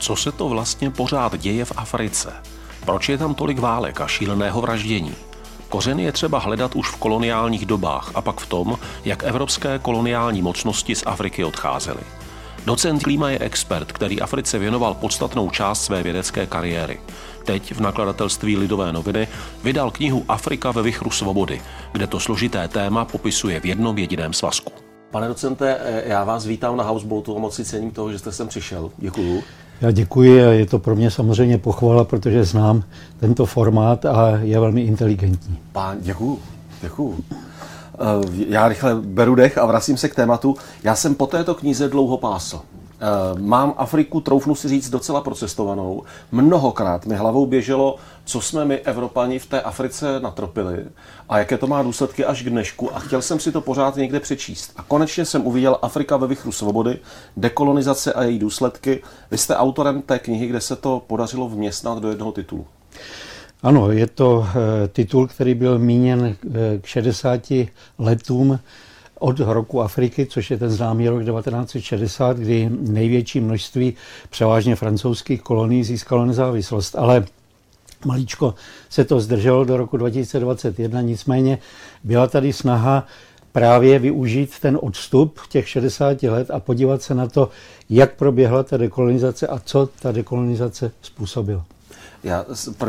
Co se to vlastně pořád děje v Africe? Proč je tam tolik válek a šíleného vraždění? Kořeny je třeba hledat už v koloniálních dobách a pak v tom, jak evropské koloniální mocnosti z Afriky odcházely. Docent Klíma je expert, který Africe věnoval podstatnou část své vědecké kariéry. Teď v nakladatelství Lidové noviny vydal knihu Afrika ve vichru svobody, kde to složité téma popisuje v jednom jediném svazku. Pane docente, já vás vítám na Houseboatu a moc si cením toho, že jste sem přišel. Děkuju. Já děkuji a je to pro mě samozřejmě pochvala, protože znám tento formát a je velmi inteligentní. Děkuju. Já rychle beru dech a vracím se k tématu. Já jsem po této knize dlouho pásl. Mám Afriku, troufnu si říct, docela procestovanou. Mnohokrát mi hlavou běželo, co jsme my, Evropani, v té Africe natropili a jaké to má důsledky až k dnešku a chtěl jsem si to pořád někde přečíst. A konečně jsem uviděl Afrika ve vichru svobody, dekolonizace a její důsledky. Vy jste autorem té knihy, kde se to podařilo vměstnat do jednoho titulu. Ano, je to titul, který byl míněn k 60 letům od roku Afriky, což je ten známý rok 1960, kdy největší množství převážně francouzských kolonií získalo nezávislost. Ale maličko se to zdrželo do roku 2021, nicméně byla tady snaha právě využít ten odstup těch 60 let a podívat se na to, jak proběhla ta dekolonizace a co ta dekolonizace způsobila. Já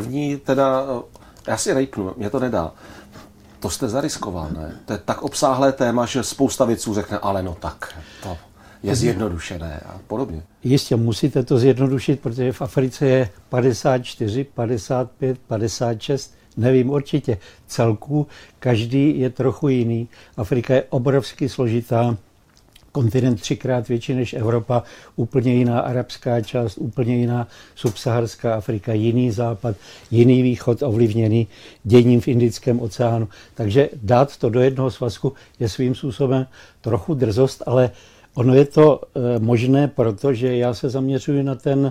si rejpnu, mě to nedá. To jste zariskoval, ne? To je tak obsáhlé téma, že spousta vědců řekne, ale no tak, to je zjednodušené a podobně. Jistě, musíte to zjednodušit, protože v Africe je 54, 55, 56, nevím určitě, celků, každý je trochu jiný. Afrika je obrovsky složitá, kontinent 3krát větší než Evropa, úplně jiná arabská část, úplně jiná subsaharská Afrika, jiný západ, jiný východ ovlivněný děním v Indickém oceánu. Takže dát to do jednoho svazku je svým způsobem trochu drzost, ale ono je to možné, protože já se zaměřuji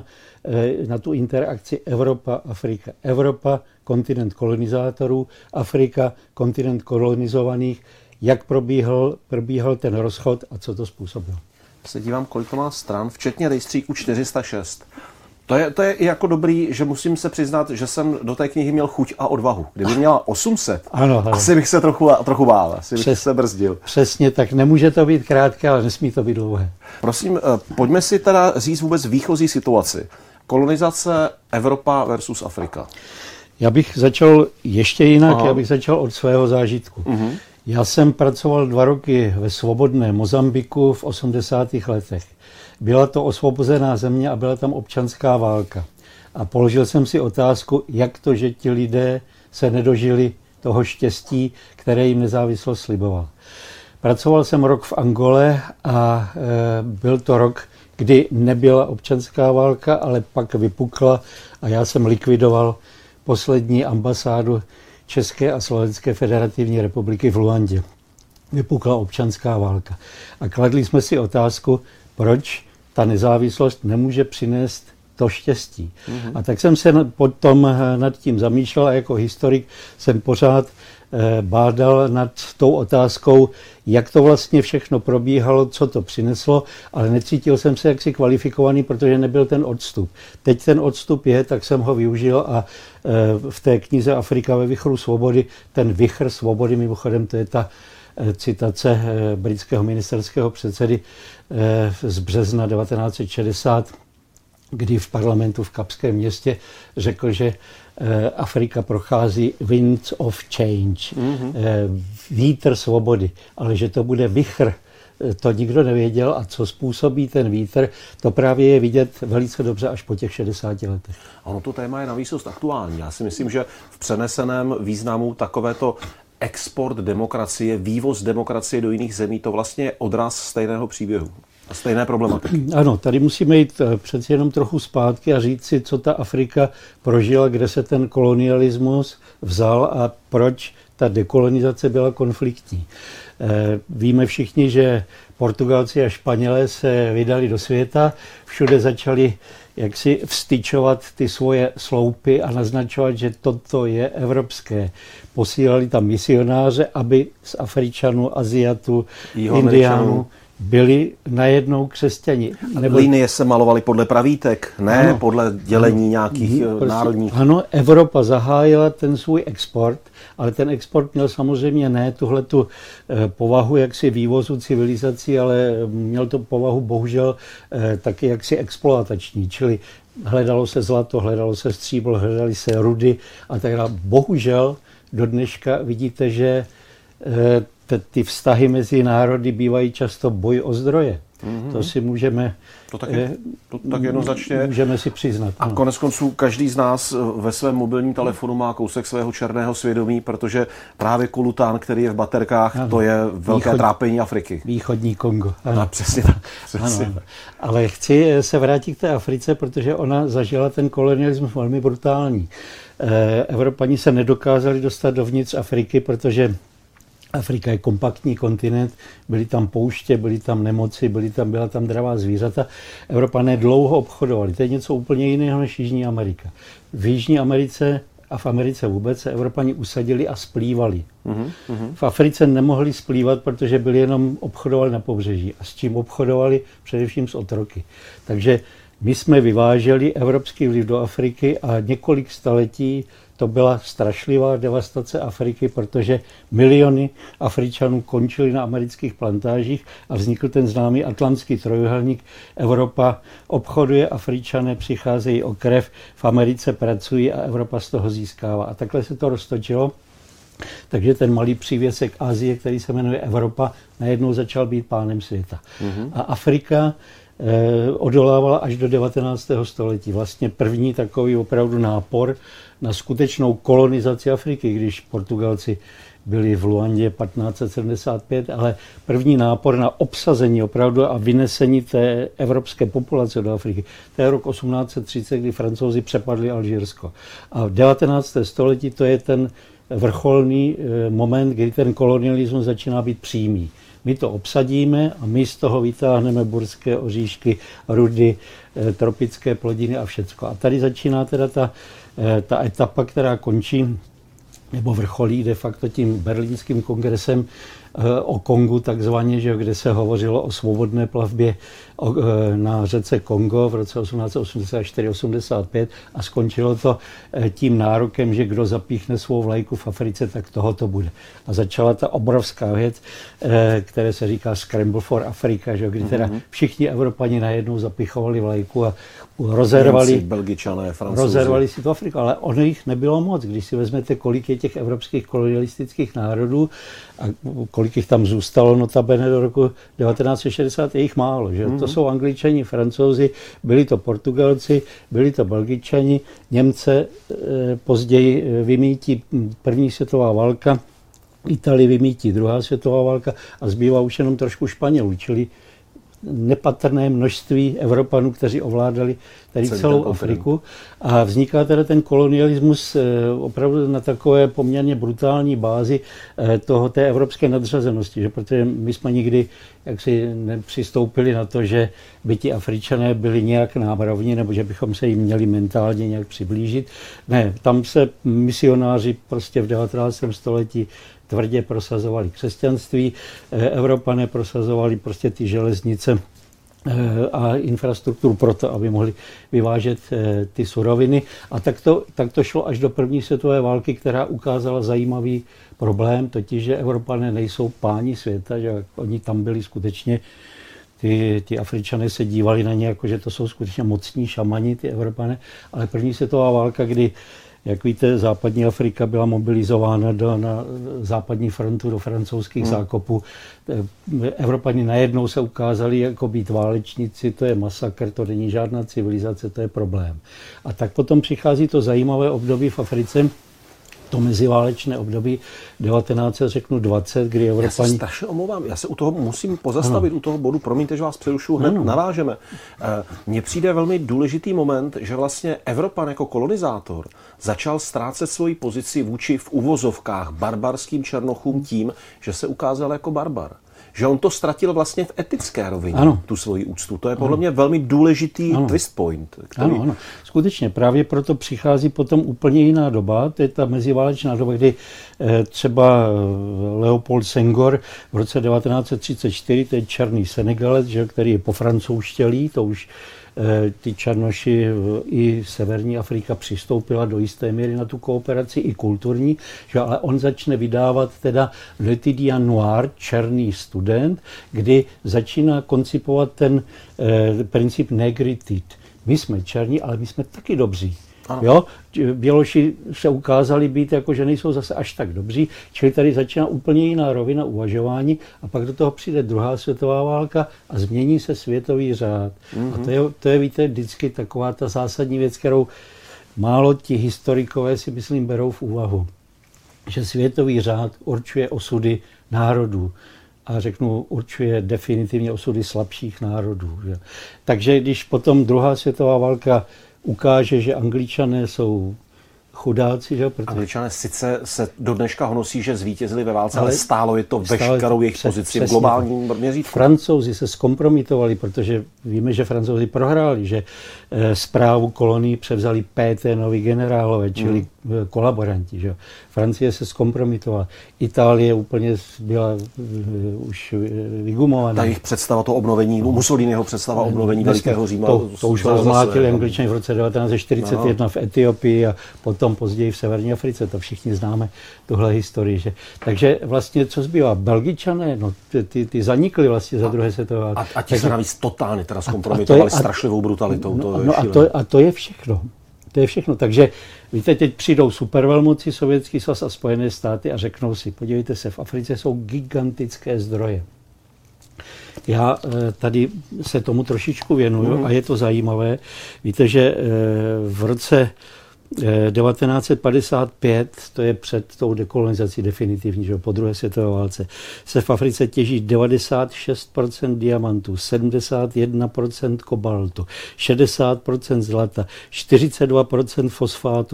na tu interakci Evropa-Afrika. Evropa, kontinent kolonizátorů, Afrika, kontinent kolonizovaných. Jak probíhal ten rozchod a co to způsobilo? Se dívám, kolik to má stran, včetně rejstříku 406. To je i jako dobrý, že musím se přiznat, že jsem do té knihy měl chuť a odvahu. Kdyby měla 800, ano. Asi bych se trochu bál, bych se brzdil. Přesně, tak nemůže to být krátké, ale nesmí to být dlouhé. Prosím, pojďme si teda říct vůbec výchozí situaci. Kolonizace Evropa versus Afrika. Já bych začal ještě jinak, Já bych začal od svého zážitku. Já jsem pracoval 2 roky ve svobodném Mozambiku v 80. letech. Byla to osvobozená země a byla tam občanská válka. A položil jsem si otázku, jak to, že ti lidé se nedožili toho štěstí, které jim nezávislost sliboval. Pracoval jsem rok v Angole a byl to rok, kdy nebyla občanská válka, ale pak vypukla a já jsem likvidoval poslední ambasádu České a Slovenské federativní republiky v Luandě. Vypukla občanská válka. A kladli jsme si otázku, proč ta nezávislost nemůže přinést to štěstí. A tak jsem se potom nad tím zamýšlel a jako historik jsem pořád bádal nad tou otázkou, jak to vlastně všechno probíhalo, co to přineslo, ale necítil jsem se jaksi kvalifikovaný, protože nebyl ten odstup. Teď ten odstup je, tak jsem ho využil a v té knize Afrika ve vichru svobody, ten vichr svobody, mimochodem to je ta citace britského ministerského předsedy z března 1960, kdy v parlamentu v Kapském městě řekl, že Afrika prochází winds of change, vítr svobody, ale že to bude vichr, to nikdo nevěděl a co způsobí ten vítr, to právě je vidět velice dobře až po těch 60 letech. Ono to téma je navíc dost aktuální. Já si myslím, že v přeneseném významu takovéto export demokracie, vývoz demokracie do jiných zemí, to vlastně je odraz stejného příběhu. Stejné problematiky. Ano, tady musíme jít přeci jenom trochu zpátky a říct si, co ta Afrika prožila, kde se ten kolonialismus vzal a proč ta dekolonizace byla konfliktní. Víme všichni, že Portugalci a Španělé se vydali do světa, všude začali jaksi vstyčovat ty svoje sloupy a naznačovat, že toto je evropské. Posílali tam misionáře, aby z Afričanů, Aziatů, Indiánů byli najednou křesťani. Linie se malovaly podle pravítek, ne ano, podle dělení nějakých národních. Ano, Evropa zahájila ten svůj export, ale ten export měl samozřejmě ne tuhletu povahu jaksi vývozu civilizací, ale měl to povahu bohužel taky jaksi exploatační, čili hledalo se zlato, hledalo se stříbro, hledali se rudy a tak dále. Bohužel do dneška vidíte, že ty vztahy mezi národy bývají často boj o zdroje. To si můžeme tak jednoznačně můžeme si přiznat. A konec konců každý z nás ve svém mobilním telefonu má kousek svého černého svědomí, protože právě kolután, který je v baterkách, to je velké trápení Afriky. Východní Kongo. Ano, přesně tak. Ano. Ale chci se vrátit k té Africe, protože ona zažila ten kolonialismus velmi brutální. Evropani se nedokázali dostat dovnitř Afriky, protože Afrika je kompaktní kontinent, byly tam pouště, byly tam nemoci, byla tam dravá zvířata. Evropané dlouho obchodovali. To je něco úplně jiného než Jižní Amerika. V Jižní Americe a v Americe vůbec se Evropani usadili a splývali. V Africe nemohli splývat, protože byli jenom obchodovali na pobřeží. A s čím obchodovali? Především s otroky. Takže my jsme vyváželi evropský vliv do Afriky a několik staletí to byla strašlivá devastace Afriky, protože miliony Afričanů končili na amerických plantážích a vznikl ten známý atlantský trojuhelník. Evropa obchoduje, Afričané přicházejí o krev, v Americe pracují a Evropa z toho získává. A takhle se to roztočilo. Takže ten malý přívěsek Asie, který se jmenuje Evropa, najednou začal být pánem světa. A Afrika odolávala až do 19. století. Vlastně první takový opravdu nápor na skutečnou kolonizaci Afriky, když Portugalci byli v Luandě 1575, ale první nápor na obsazení opravdu a vynesení té evropské populace do Afriky. To je rok 1830, kdy Francouzi přepadli Alžírsko. A v 19. století to je ten vrcholný moment, kdy ten kolonialismus začíná být přímý. My to obsadíme a my z toho vytáhneme burské oříšky, rudy, tropické plodiny a všecko. A tady začíná teda ta etapa, která končí, nebo vrcholí de facto tím berlínským kongresem o Kongu takzvaně, že, kde se hovořilo o svobodné plavbě na řece Kongo v roce 1884-85 a skončilo to tím nárokem, že kdo zapíchne svou vlajku v Africe, tak toho to bude. A začala ta obrovská věc, které se říká Scramble for Africa, že, kdy teda všichni Evropani najednou zapichovali vlajku a rozervali si tu Afriku, ale ono jich nebylo moc. Když si vezmete, kolik je těch evropských kolonialistických národů a kolik jich tam zůstalo notabene do roku 1960, je jich málo. Že? To jsou Angličani, Francouzi, byli to Portugalci, byli to Belgičani, Němce později vymítí první světová válka, Itálii vymítí druhá světová válka a zbývá už jenom trošku Španělů, čili nepatrné množství Evropanů, kteří ovládali tady celou Afriku. A vzniká teda ten kolonialismus opravdu na takové poměrně brutální bázi té evropské nadřazenosti, že? Protože my jsme nikdy jaksi nepřistoupili na to, že by ti Afričané byli nějak nám rovni, nebo že bychom se jim měli mentálně nějak přiblížit. Ne, tam se misionáři prostě v 19. století tvrdě prosazovali křesťanství, Evropané prosazovali prostě ty železnice a infrastrukturu pro to, aby mohli vyvážet ty suroviny. A tak to šlo až do první světové války, která ukázala zajímavý problém, totiž, že Evropané nejsou páni světa, že oni tam byli skutečně, ty Afričané se dívali na ně, jako že to jsou skutečně mocní šamani, ty Evropané, ale první světová válka, kdy jak víte, západní Afrika byla mobilizována na západní frontu do francouzských zákopů. Evropani najednou se ukázali jako být válečníci, to je masakr, to není žádná civilizace, to je problém. A tak potom přichází to zajímavé období v Africe, to meziválečné období 1920, kdy Evropani... Já se strašně omlouvám, já se u toho musím pozastavit, u toho bodu, promiňte, že vás přerušu, hned navážeme. Mně přijde velmi důležitý moment, že vlastně Evropan jako kolonizátor začal ztrácet svoji pozici vůči v uvozovkách barbarským černochům tím, že se ukázal jako barbar. že on to ztratil vlastně v etické rovině, tu svoji úctu. To je podle mě velmi důležitý twist point. Který... Ano. Skutečně, právě proto přichází potom úplně jiná doba, to je ta meziválečná doba, kdy třeba Leopold Senghor v roce 1934, to je černý Senegalec, že, který je pofrancouzštělý, to už ty černoši i Severní Afrika přistoupila do jisté míry na tu kooperaci i kulturní, že, ale on začne vydávat teda L'étudiant noir, černý student, kdy začíná koncipovat ten princip negritude. My jsme černí, ale my jsme taky dobří. Jo? Běloši se ukázali být jako, že nejsou zase až tak dobří, čili tady začíná úplně jiná rovina uvažování a pak do toho přijde druhá světová válka a změní se světový řád. A to je, víte, vždycky taková ta zásadní věc, kterou málo ti historikové si myslím berou v úvahu. Že světový řád určuje osudy národů. A řeknu, určuje definitivně osudy slabších národů. Že? Takže když potom druhá světová válka ukáže, že Angličané jsou chudáci. Že? Angličané sice se do dneška honosí, že zvítězili ve válce, ale stálo je to veškerou jejich pozici v globálním měřítku. Francouzi se zkompromitovali, protože víme, že Francouzi prohráli, že správu kolonií převzali PT-noví generálové, čili kolaboranti. Že? Francie se zkompromitovala. Itálie úplně byla už vygumovaná. Ta jejich představa to obnovení, Mussoliniho představa obnovení Velikého Říma. To už rozmlátili Angličani v roce 1941 v Etiopii a potom později v Severní Africe. To všichni známe, tuhle historii. Že? Takže vlastně co zbývá? Belgičané, no, ty zanikli vlastně za druhé světové války. A ti se navíc totálně teda zkompromitovali strašlivou brutalitou. A to je všechno. To je všechno. Takže víte, teď přijdou supervelmoci, Sovětský svaz a Spojené státy a řeknou si, podívejte se, v Africe jsou gigantické zdroje. Já tady se tomu trošičku věnuju a je to zajímavé. Víte, že v roce 1955, to je před tou dekolonizací definitivní, že po druhé světové válce, se v Africe těží 96% diamantů, 71% kobaltu, 60% zlata, 42% fosfátu,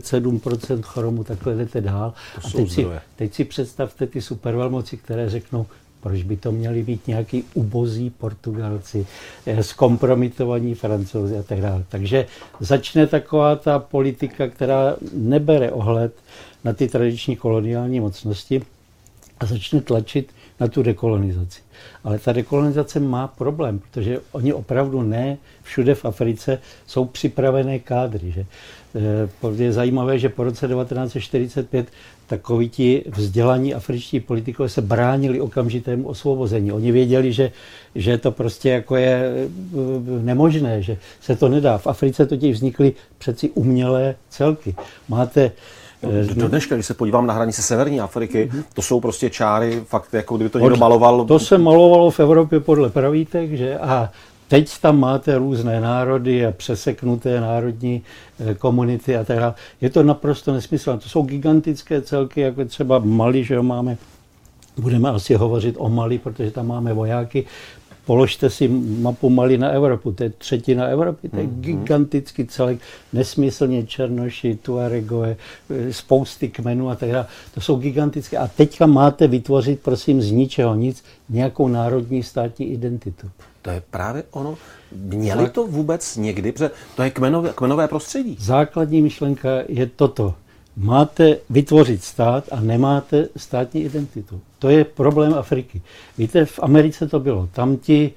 37% chromu, takhle jdete dál. A teď si představte ty supervelmoci, které řeknou, proč by to měli být nějaký ubozí Portugalci, zkompromitovaní Francouzi a tak dále. Takže začne taková ta politika, která nebere ohled na ty tradiční koloniální mocnosti a začne tlačit na tu dekolonizaci. Ale ta dekolonizace má problém, protože oni opravdu ne všude v Africe jsou připravené kádry. Že? Je zajímavé, že po roce 1945 takoví ti vzdělaní afričtí politikové se bránili okamžitému osvobození. Oni věděli, že to prostě jako je nemožné, že se to nedá. V Africe totiž vznikly přeci umělé celky. Máte do dneška, když se podívám na hranice Severní Afriky, to jsou prostě čáry, fakt jako kdyby to někdo maloval. To se malovalo v Evropě podle pravítek, že? A teď tam máte různé národy a přeseknuté národní komunity a tak dále. Je to naprosto nesmyslné. To jsou gigantické celky, jako třeba Mali, že jo, máme. Budeme asi hovořit o Mali, protože tam máme vojáky. Položte si mapu Mali na Evropu, to je třetina Evropy, to je gigantický celek, nesmyslně černoši, Tuaregové, spousty kmenů a tak dále. To jsou gigantické. A teďka máte vytvořit, prosím, z ničeho nic, nějakou národní státní identitu. To je právě ono. Měli to vůbec někdy? Protože to je kmenové prostředí. Základní myšlenka je toto. Máte vytvořit stát a nemáte státní identitu. To je problém Afriky. Víte, v Americe to bylo. Tam ti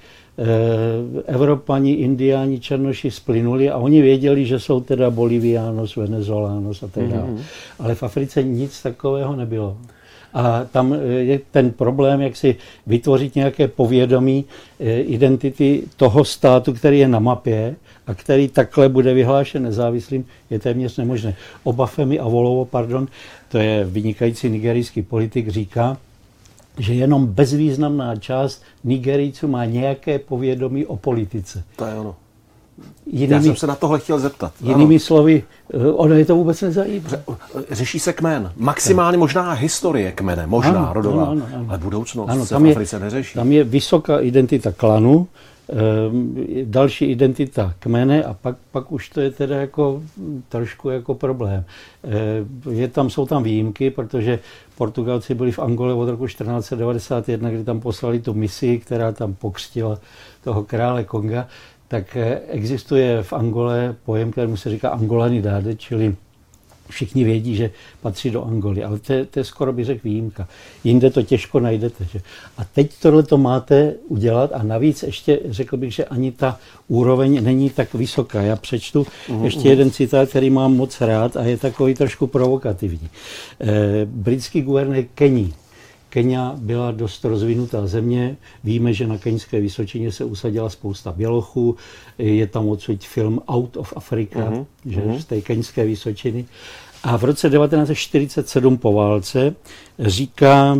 Evropani, Indiáni, Černoši splynuli a oni věděli, že jsou teda Bolivianos, Venezuelanos a tak dále. Ale v Africe nic takového nebylo. A tam je ten problém, jak si vytvořit nějaké povědomí identity toho státu, který je na mapě a který takhle bude vyhlášen nezávislým, je téměř nemožné. Obafemi Awolowo, to je vynikající nigerijský politik, říká, že jenom bezvýznamná část Nigerijců má nějaké povědomí o politice. To je ono. Já jsem se na tohle chtěl zeptat. Jinými slovy, ono je to vůbec nezajímá. Řeší se kmen. Maximálně možná historie kmene, možná rodová, ale budoucnost se v Africe neřeší. Tam je vysoká identita klanu, další identita kmene a pak už to je teda jako trošku jako problém. Jsou tam výjimky, protože Portugalci byli v Angole od roku 1491, kdy tam poslali tu misi, která tam pokřtila toho krále Konga, tak existuje v Angole pojem, kterému se říká Angolanidade, čili všichni vědí, že patří do Angoly, ale to je skoro bych řekl výjimka. Jinde to těžko najdete. Že? A teď tohle to máte udělat a navíc ještě řekl bych, že ani ta úroveň není tak vysoká. Já přečtu ještě jeden citát, který mám moc rád a je takový trošku provokativní. Britský guvernér Kenia byla dost rozvinutá země. Víme, že na keňské Vysočině se usadila spousta bělochů. Je tam odsud film Out of Africa, že z té keňské Vysočiny. A v roce 1947 po válce říká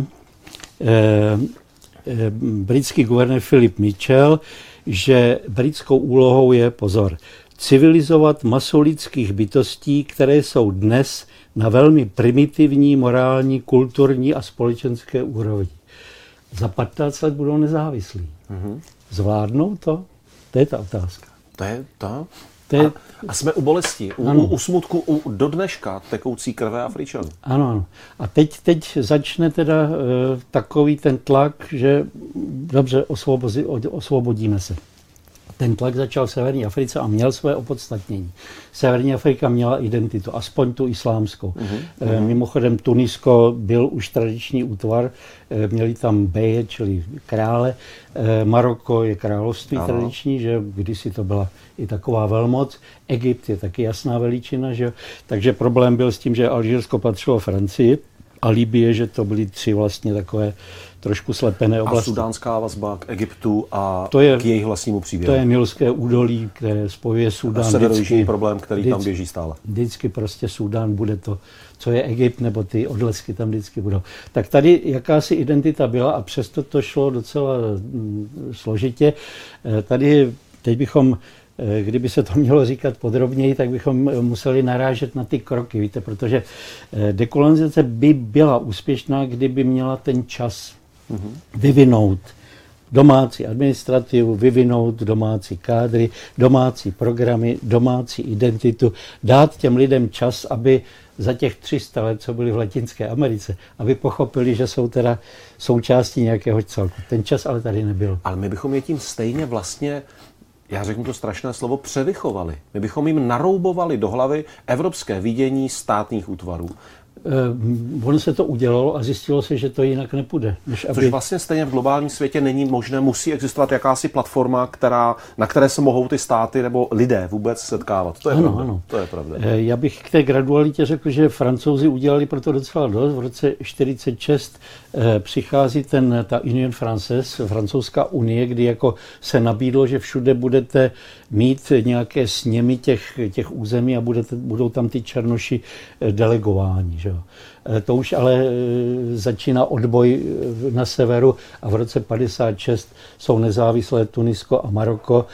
britský guvernér Philip Mitchell, že britskou úlohou je, pozor, civilizovat masu lidských bytostí, které jsou dnes na velmi primitivní, morální, kulturní a společenské úrovni. Za 15 let budou nezávislí. Zvládnou to? To je ta otázka. To je to? A jsme u bolesti, u smutku, do dneška tekoucí krve Afričanů. Ano. A teď začne teda takový ten tlak, že dobře, osvobodíme se. Ten tlak začal v Severní Africe a měl své opodstatnění. Severní Afrika měla identitu, aspoň tu islámskou. Mimochodem Tunisko byl už tradiční útvar, měli tam beje, čili krále. Maroko je království tradiční, že kdysi to byla i taková velmoc. Egypt je taky jasná veličina, že? Takže problém byl s tím, že Alžírsko patřilo Francii a Libye, že to byly tři vlastně takové trošku slepené oblasti. A sudánská vazba k Egyptu a k jejich vlastnímu příběhu. To je Nilské údolí, které spojuje Súdán. Severojižní problém, který tam běží stále. Vždycky prostě Súdán bude to, co je Egypt, nebo ty odlesky tam vždycky budou. Tak tady jakási identita byla a přesto to šlo docela složitě. Teď bychom, kdyby se to mělo říkat podrobněji, tak bychom museli narážet na ty kroky, víte, protože dekolonizace by byla úspěšná, kdyby měla ten čas vyvinout domácí administrativu, vyvinout domácí kádry, domácí programy, domácí identitu, dát těm lidem čas, aby za těch 300 let, co byli v Latinské Americe, aby pochopili, že jsou teda součástí nějakého celku. Ten čas ale tady nebyl. Ale my bychom je tím stejně vlastně, já řeknu to strašné slovo, převychovali. My bychom jim naroubovali do hlavy evropské vidění státních útvarů. Ono se to udělalo a zjistilo se, že to jinak nepůjde. Což vlastně stejně v globálním světě není možné, musí existovat jakási platforma, na které se mohou ty státy nebo lidé vůbec setkávat. To je pravda. Ano. To je pravda. Já bych k té gradualitě řekl, že Francouzi udělali proto docela dost. V roce 1946 přichází ta Union Française, francouzská unie, kdy jako se nabídlo, že všude budete mít nějaké sněmy těch území a budou tam ty černoši delegováni. Že? To už ale začíná odboj na severu a v roce 1956 jsou nezávislé Tunisko a Maroko.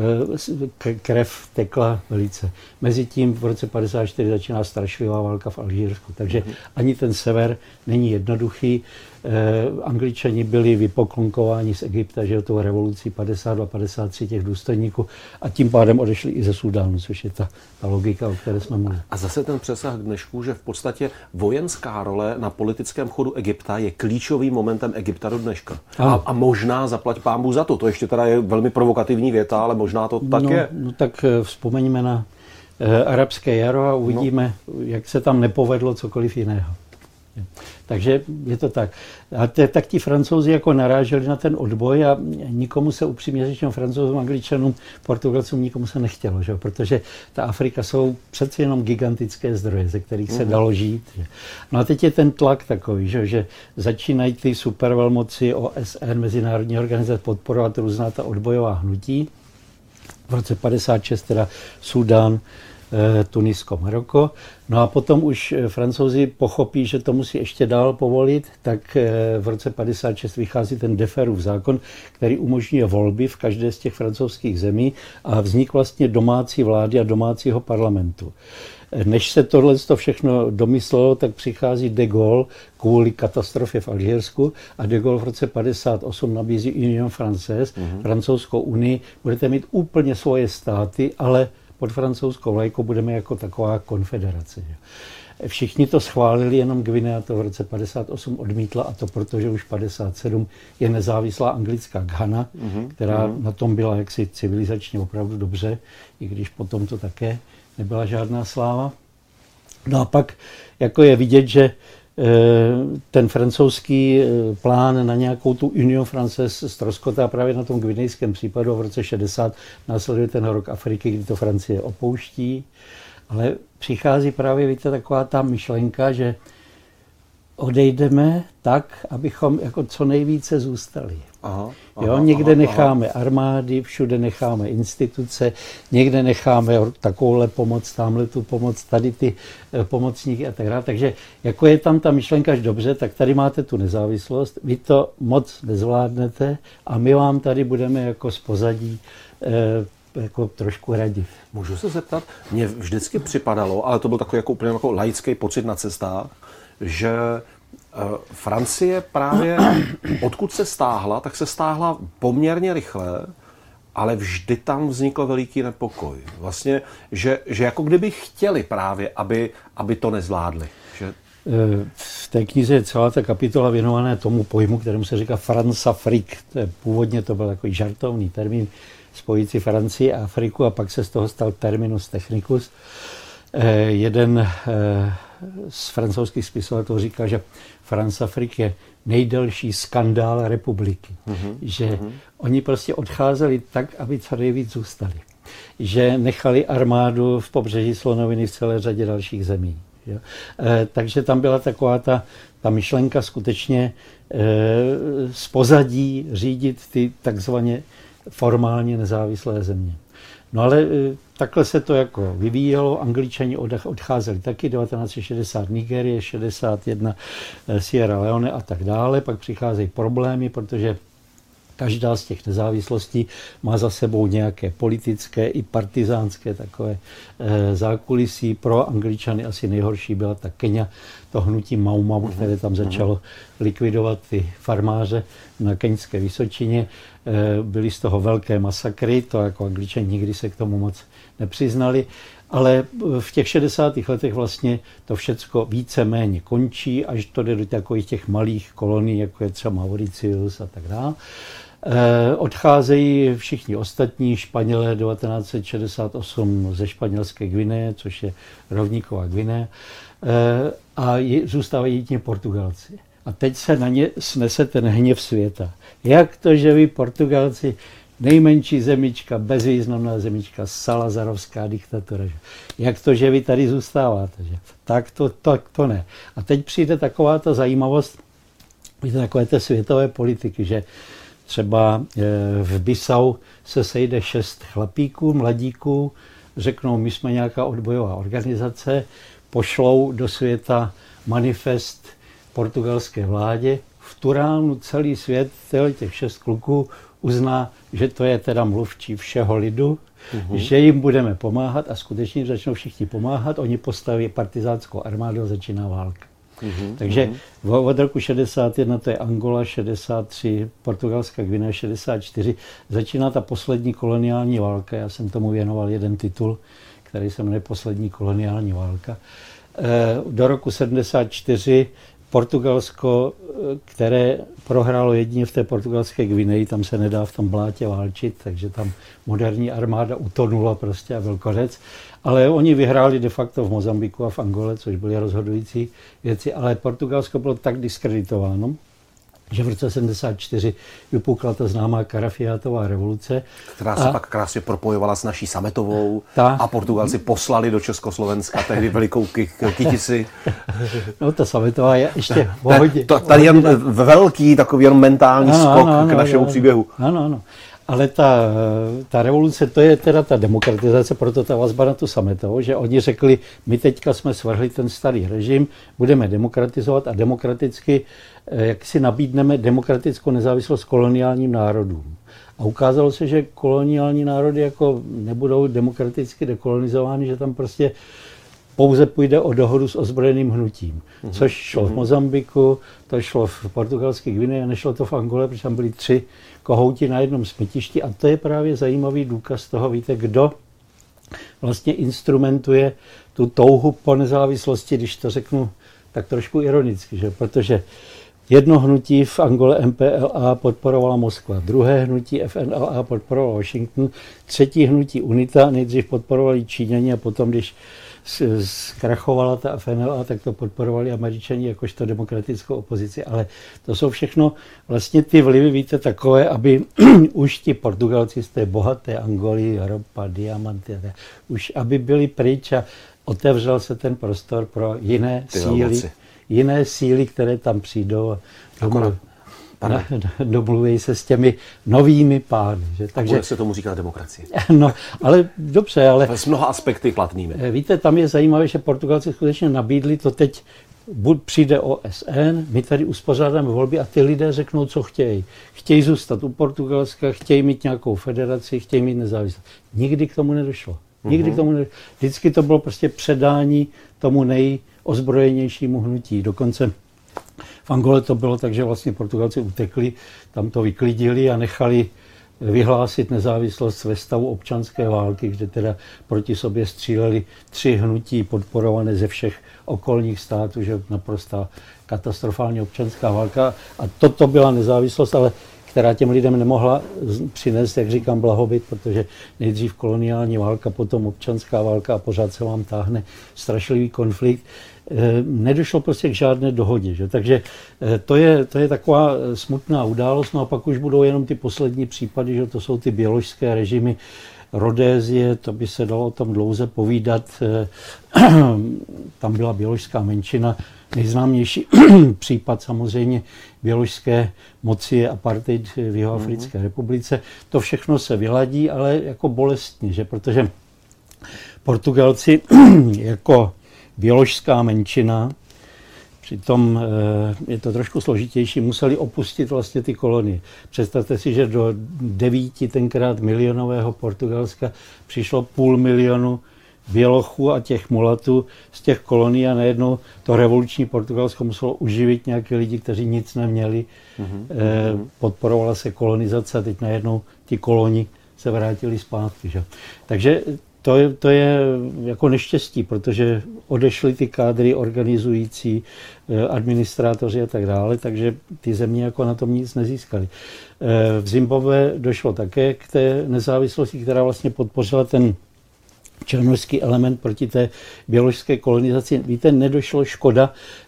Krev tekla velice. Mezitím v roce 1954 začíná strašlivá válka v Alžírsku. Takže ani ten sever není jednoduchý. Angličani byli vypoklonkováni z Egypta, že tou revolucí 52-53 těch důstojníků a tím pádem odešli i ze Súdánu, což je ta logika, o které jsme mluvili. A zase ten přesah k dnešku, že v podstatě vojenská role na politickém chodu Egypta je klíčovým momentem Egypta do dneška. A možná zaplať pánbůh za to. To ještě teda je velmi provokativní věta, ale možná to tak je. No tak vzpomeňme na arabské jaro a uvidíme, jak se tam nepovedlo cokoliv jiného. Takže je to tak. A tak ti Francouzi jako naráželi na ten odboj a nikomu se upřímně řečeno, Francouzům, Angličanům, Portugalcům, nikomu se nechtělo, že? Protože ta Afrika jsou přeci jenom gigantické zdroje, ze kterých se dalo žít. Že? No a teď je ten tlak takový, že začínají ty supervelmoci OSN, mezinárodní organizace podporovat různá ta odbojová hnutí. V roce 1956 teda Súdán, Tunisko, Maroko. No a potom už Francouzi pochopí, že to musí ještě dál povolit, tak v roce 56 vychází ten Deferův zákon, který umožňuje volby v každé z těch francouzských zemí a vznik vlastně domácí vlády a domácího parlamentu. Než se tohle všechno domyslelo, tak přichází de Gaulle kvůli katastrofě v Alžírsku a de Gaulle v roce 58 nabízí Union Française, francouzskou unii. Budete mít úplně svoje státy, ale pod francouzskou vlajkou budeme jako taková konfederace. Všichni to schválili, jenom Guinea to v roce 58 odmítla, a to proto, že už 57 je nezávislá anglická Ghana, která na tom byla jaksi civilizačně opravdu dobře, i když potom to také nebyla žádná sláva. No a pak jako je vidět, že ten francouzský plán na nějakou tu Union Française ztroskotá právě na tom guinejském případu a v roce 60 následuje ten rok Afriky, kdy to Francie opouští. Ale přichází právě, víte, taková ta myšlenka, že odejdeme tak, abychom jako co nejvíce zůstali. Někde necháme armády, všude necháme instituce, někde necháme takovouhle pomoc, tamhle tu pomoc, tady ty pomocníky a tak dále. Takže jako je tam ta myšlenka, že dobře, tak tady máte tu nezávislost, vy to moc nezvládnete a my vám tady budeme jako z pozadí jako trošku radit. Můžu se zeptat? Mně vždycky připadalo, ale to byl takový jako úplně jako laický pocit na cestách, že Francie právě, odkud se stáhla, tak se stáhla poměrně rychle, ale vždy tam vznikl veliký nepokoj. Vlastně, že jako kdyby chtěli právě, aby to nezvládli. Že... V té knize je celá ta kapitola věnovaná tomu pojmu, kterému se říká France-Afrique. Původně to byl takový žartovný termín spojící Francii a Afriku a pak se z toho stal terminus technicus. Jeden z francouzských spisovatelů říká, že France-Afrique je nejdelší skandál republiky. Že oni prostě odcházeli tak, aby co nejvíc zůstali. Že nechali armádu v pobřeží Slonoviny v celé řadě dalších zemí. Jo? Takže tam byla taková ta myšlenka skutečně z pozadí řídit ty takzvaně formálně nezávislé země. No ale takhle se to jako vyvíjelo, Angličani odcházeli taky, 1960 Nigérie, 61 Sierra Leone a tak dále, pak přicházejí problémy, protože každá z těch nezávislostí má za sebou nějaké politické i partizánské takové zákulisí. Pro Angličany asi nejhorší byla ta Kenia, to hnutí Mau Mau, které tam začalo likvidovat ty farmáře na keňské Vysočině. Byly z toho velké masakry, to jako Angličani nikdy se k tomu moc nepřiznali, ale v těch 60. letech vlastně to všecko víceméně končí, až to jde do takových těch malých kolonií, jako je třeba Mauritius a tak dále. Odcházejí všichni ostatní, Španělé 1968 ze španělské Guineje, což je rovníková Guinea, a zůstávají jedině Portugalci. A teď se na ně snese ten hněv světa. Jak to, že vy Portugalci, nejmenší zemička, bezvýznamná zemička, salazarovská diktatura, jak to, že vy tady zůstáváte? Že? Tak to ne. A teď přijde taková ta zajímavost, takové té světové politiky, že třeba v Bissau se sejde 6 chlapíků, mladíků, řeknou, my jsme nějaká odbojová organizace, pošlou do světa manifest portugalské vládě. V tu ránu celý svět, těch 6 kluků, uzná, že to je teda mluvčí všeho lidu, že jim budeme pomáhat a skutečně začnou všichni pomáhat. Oni postaví partizánskou armádu a začíná válka. Takže od roku 61 to je Angola, 63 portugalská Guinea, 64 začíná ta poslední koloniální válka. Já jsem tomu věnoval jeden titul, který se jmenuje Poslední koloniální válka. Do roku 74 Portugalsko, které prohrálo jedině v té portugalské Gvineji, tam se nedá v tom blátě válčit, takže tam moderní armáda utonula prostě a byl konec. Ale oni vyhráli de facto v Mozambiku a v Angole, což byly rozhodující věci, ale Portugalsko bylo tak diskreditováno, že v roce 74 vypukla ta známá Carafiatová revoluce. Která se pak krásně propojovala s naší Sametovou a Portugalci poslali do Československa tehdy velikou kytici. No ta Sametová je ještě hodně. Tady jen velký takový jen mentální skok k našemu příběhu. Ano. Ale ta revoluce, to je teda ta demokratizace, proto ta vazba na tu Sametovou, že oni řekli, my teďka jsme svrhli ten starý režim, budeme demokratizovat a demokraticky, jak si nabídneme demokratickou nezávislost koloniálním národům. A ukázalo se, že koloniální národy jako nebudou demokraticky dekolonizovány, že tam prostě pouze půjde o dohodu s ozbrojeným hnutím. Což šlo v Mozambiku, to šlo v portugalské Gvineji a nešlo to v Angole, protože tam byli 3 kohouti na jednom smetišti. A to je právě zajímavý důkaz toho, víte, kdo vlastně instrumentuje tu touhu po nezávislosti, když to řeknu tak trošku ironicky, že? Protože jedno hnutí v Angole MPLA podporovala Moskva, druhé hnutí FNLA podporovala Washington, třetí hnutí UNITA nejdřív podporovali Číňani a potom, když zkrachovala ta FNLA, tak to podporovali Američani jakožto demokratickou opozici. Ale to jsou všechno vlastně ty vlivy, víte, takové, aby už ti Portugalci z té bohaté Angoly, ropa, diamanty, už aby byli pryč a otevřel se ten prostor pro jiné síly, které tam přijdou a domluví se s těmi novými pány. Že? Takže se tomu říká demokracie. No, ale dobře, ale s mnoha aspekty kladnými. Víte, tam je zajímavé, že Portugalci skutečně nabídli to teď, přijde OSN, my tady uspořádáme volby a ty lidé řeknou, co chtějí. Chtějí zůstat u Portugalska, chtějí mít nějakou federaci, chtějí mít nezávislost. Nikdy k tomu nedošlo. Vždycky to bylo prostě předání tomu nejozbrojenějšímu hnutí. Dokonce v Angole to bylo tak, že vlastně Portugalci utekli, tam to vyklidili a nechali vyhlásit nezávislost ve stavu občanské války, kde teda proti sobě stříleli 3 hnutí podporované ze všech okolních států, že naprosto katastrofální občanská válka. A toto byla nezávislost, ale která těm lidem nemohla přinést, jak říkám, blahobyt, protože nejdřív koloniální válka, potom občanská válka a pořád se vám táhne strašlivý konflikt. Nedošlo prostě k žádné dohodě. Že? Takže to je taková smutná událost. No a pak už budou jenom ty poslední případy, že to jsou ty běložské režimy, Rodézie, to by se dalo o tom dlouze povídat. Tam byla běložská menšina. Nejznámější případ samozřejmě běložské moci je apartheid v Jihoafrické republice. To všechno se vyladí, ale jako bolestně, že? Protože Portugalci jako běložská menšina, přitom je to trošku složitější, museli opustit vlastně ty kolonie. Představte si, že do 9 tenkrát milionového Portugalska přišlo 500 000 bělochů a těch mulatů z těch kolonií a najednou to revoluční Portugalsko muselo uživit nějaké lidi, kteří nic neměli. Podporovala se kolonizace a teď najednou ty koloni se vrátili zpátky. Že? Takže to je jako neštěstí, protože odešly ty kádry organizující, administrátoři a tak dále, takže ty země jako na tom nic nezískaly. V Zimbabwe došlo také k té nezávislosti, která vlastně podpořila ten černošský element proti té běložské kolonizaci. Víte, nedošlo škoda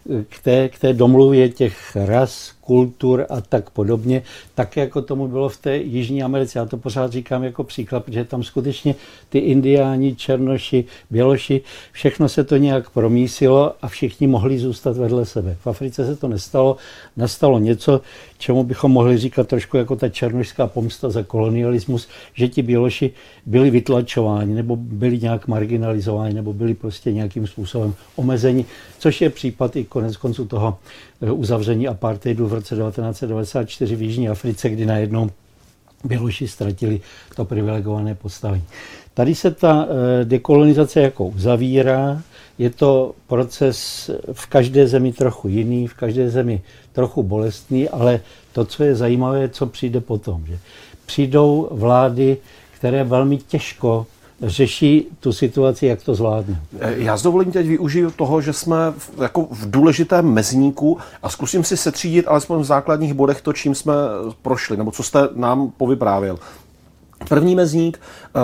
k té domluvě těch ras, kultur a tak podobně, tak jako tomu bylo v té Jižní Americe. Já to pořád říkám jako příklad, protože tam skutečně ty indiáni, černoši, běloši, všechno se to nějak promísilo a všichni mohli zůstat vedle sebe. V Africe se to nestalo. Nastalo něco, čemu bychom mohli říkat trošku jako ta černošská pomsta za kolonialismus, že ti běloši byli vytlačováni nebo byli nějak marginalizováni nebo byli prostě nějakým způsobem omezeni, což je případ i konec konců toho uzavření apartheidu v roce 1994 v Jižní Africe, kdy najednou Běloši ztratili to privilegované postavení. Tady se ta dekolonizace jako uzavírá, je to proces v každé zemi trochu jiný, v každé zemi trochu bolestný, ale to, co je zajímavé, je, co přijde potom. Že přijdou vlády, které velmi těžko řeší tu situaci, jak to zvládne. Já s dovolením teď využiju toho, že jsme v důležitém mezníku a zkusím si setřídit alespoň v základních bodech to, čím jsme prošli, nebo co jste nám povyprávěl. První mezník,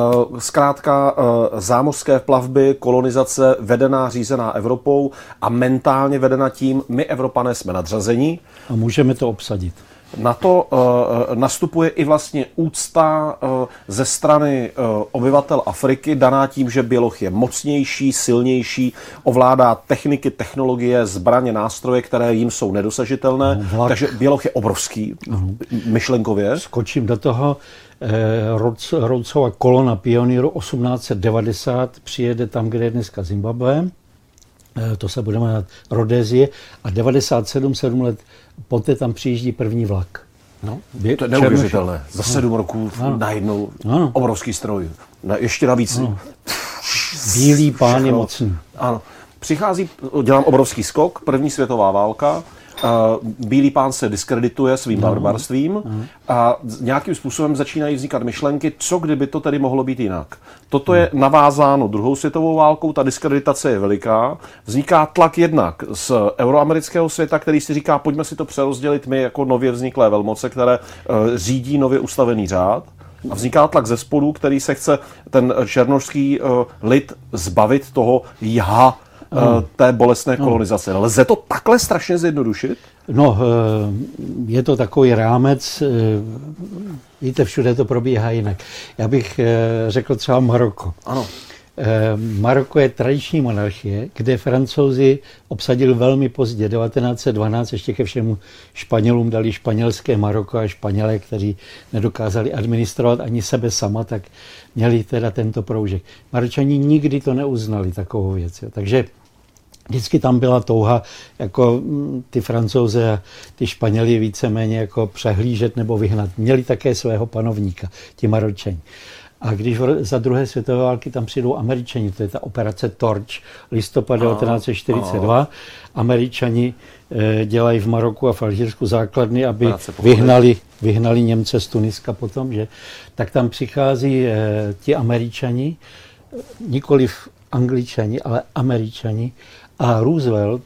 zkrátka zámořské plavby, kolonizace vedená, řízená Evropou a mentálně vedena tím, my Evropané jsme nadřazení. A můžeme to obsadit. na to nastupuje i vlastně úcta ze strany obyvatel Afriky, daná tím, že Běloch je mocnější, silnější, ovládá techniky, technologie, zbraně, nástroje, které jim jsou nedosažitelné. Takže Běloch je obrovský myšlenkově. Skočím do toho. Rhodesova kolona pionýru 1890 přijede tam, kde je dneska Zimbabwe. To se bude jmenovat Rhodézie. A 7 let poté tam přijíždí první vlak. No, to je neuvěřitelné. Za 7 roků najednou obrovský stroj. Ještě navíc. Bílý pán je mocný. Ano. Přichází, dělám obrovský skok, první světová válka, Bílý pán se diskredituje svým barbarstvím a nějakým způsobem začínají vznikat myšlenky, co kdyby to tedy mohlo být jinak. Toto je navázáno druhou světovou válkou, ta diskreditace je veliká, vzniká tlak jednak z euroamerického světa, který si říká, pojďme si to přerozdělit my jako nově vzniklé velmoce, které řídí nově ustavený řád. A vzniká tlak ze spodu, který se chce ten černošský lid zbavit toho jha té bolestné kolonizace. Lze to takhle strašně zjednodušit? No, je to takový rámec, víte, všude to probíhá jinak. Já bych řekl třeba Maroko. Ano. Maroko je tradiční monarchie, kde Francouzi obsadili velmi pozdě, 1912, ještě ke všemu Španělům dali španělské Maroko a Španělé, kteří nedokázali administrovat ani sebe sama, tak měli teda tento proužek. Maročani nikdy to neuznali, takovou věc. Jo. Takže vždycky tam byla touha jako ty Francouze a ty Španěli víceméně jako přehlížet nebo vyhnat. Měli také svého panovníka, ti Maročani. A když za druhé světové války tam přijdou Američani, to je ta operace Torch, listopad 1942, Američani dělají v Maroku a v Alžírsku základny, aby vyhnali Němce z Tuniska potom, že? Tak tam přichází ti Američani, nikoliv Angličani, ale Američani, a Roosevelt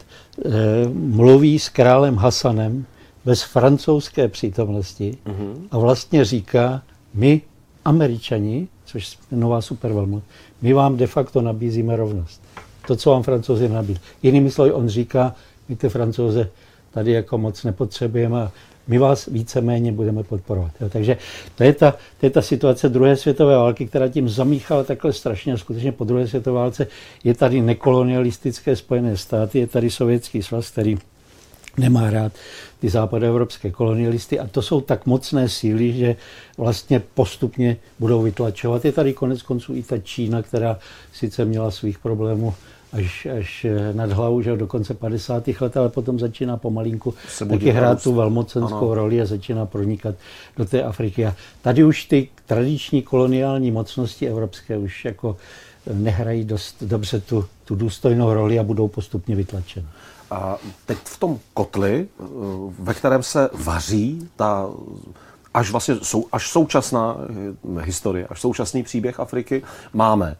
mluví s králem Hasanem bez francouzské přítomnosti a vlastně říká, my Američani, což je nová supervelmoc, my vám de facto nabízíme rovnost. To, co vám Francouzi nabízí. Jinými slovy, on říká, my ty Francouze tady jako moc nepotřebujeme a my vás víceméně budeme podporovat. Jo, takže to je ta situace druhé světové války, která tím zamíchala takhle strašně. A skutečně po druhé světové válce je tady nekolonialistické Spojené státy, je tady Sovětský svaz, který nemá rád ty západoevropské kolonialisty a to jsou tak mocné síly, že vlastně postupně budou vytlačovat. Je tady konec konců i ta Čína, která sice měla svých problémů až nad hlavu, že do konce 50. let, ale potom začíná pomalinku taky hrát tu velmocenskou roli a začíná pronikat do té Afriky. A tady už ty tradiční koloniální mocnosti evropské už jako nehrají dost dobře tu důstojnou roli a budou postupně vytlačeny. A teď v tom kotli, ve kterém se vaří ta až současná historie, až současný příběh Afriky, máme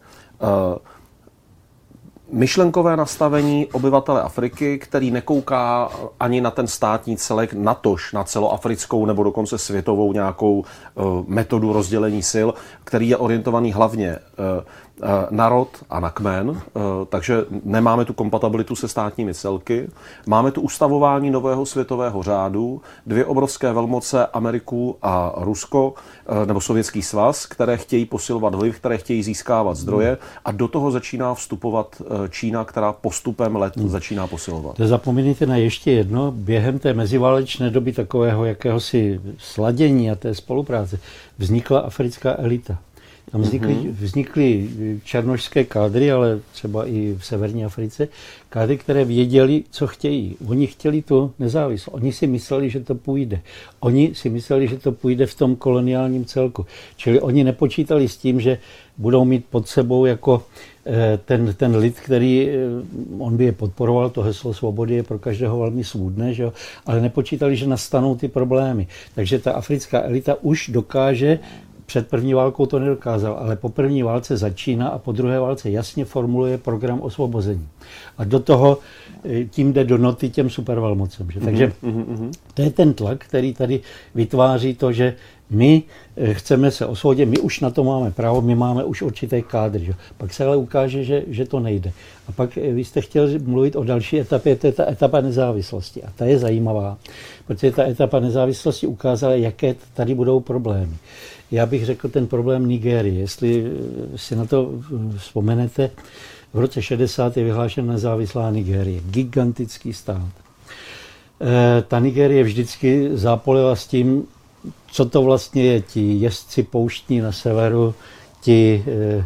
myšlenkové nastavení obyvatele Afriky, který nekouká ani na ten státní celek, natož na celoafrickou nebo dokonce světovou nějakou metodu rozdělení sil, který je orientovaný hlavně na rod a na kmen, takže nemáme tu kompatibilitu se státními celky. Máme tu ustavování nového světového řádu, dvě obrovské velmoce, Ameriku a Rusko, nebo Sovětský svaz, které chtějí posilovat vliv, které chtějí získávat zdroje a do toho začíná vstupovat Čína, která postupem let začíná posilovat. Zapomínejte na ještě jedno, během té meziválečné doby takového jakéhosi sladění a té spolupráce vznikla africká elita. Tam vznikly černošské kádry, ale třeba i v severní Africe, kádry, které věděli, co chtějí. Oni chtěli tu nezávislost. Oni si mysleli, že to půjde. Oni si mysleli, že to půjde v tom koloniálním celku. Čili oni nepočítali s tím, že budou mít pod sebou jako ten lid, který on by je podporoval, to heslo svobody je pro každého velmi svůdné, že jo? Ale nepočítali, že nastanou ty problémy. Takže ta africká elita už dokáže. Před první válkou to nedokázal, ale po první válce začíná a po druhé válce jasně formuluje program osvobození. A do toho tím jde do noty těm supervelmocem. Že? Takže to je ten tlak, který tady vytváří to, že my chceme se osvobodit, my už na to máme právo, my máme už určité kádry. Že? Pak se ale ukáže, že to nejde. A pak vy jste chtěl mluvit o další etapě, to je ta etapa nezávislosti. A ta je zajímavá, protože ta etapa nezávislosti ukázala, jaké tady budou problémy. Já bych řekl ten problém Nigérie. Jestli si na to vzpomenete, v roce 60 je vyhlášena nezávislá Nigérie. Gigantický stát. Ta Nigérie vždycky zápolila s tím, co to vlastně je, ti jezdci pouštní na severu, ti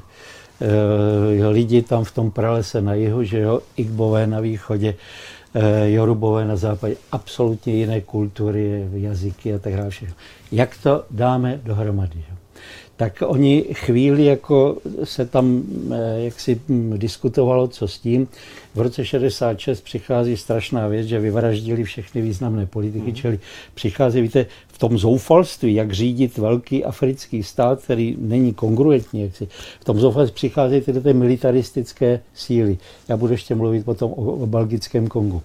lidi tam v tom pralese na jihu, že jo, Igbové na východě, Jorubové na západě, absolutně jiné kultury, jazyky a tak dále. Jak to dáme dohromady? Že? Tak oni chvíli, jako se tam jaksi diskutovalo, co s tím. V roce 66 přichází strašná věc, že vyvraždili všechny významné politiky, čili přichází, víte, v tom zoufalství, jak řídit velký africký stát, který není kongruentní, jaksi. V tom zoufalství přicházejí tyhle militaristické síly. Já budu ještě mluvit potom o belgickém Kongu.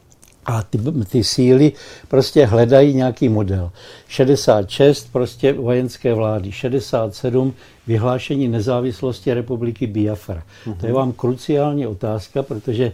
A ty síly prostě hledají nějaký model. 66 prostě vojenské vlády, 67 vyhlášení nezávislosti republiky Biafra. To je vám kruciální otázka, protože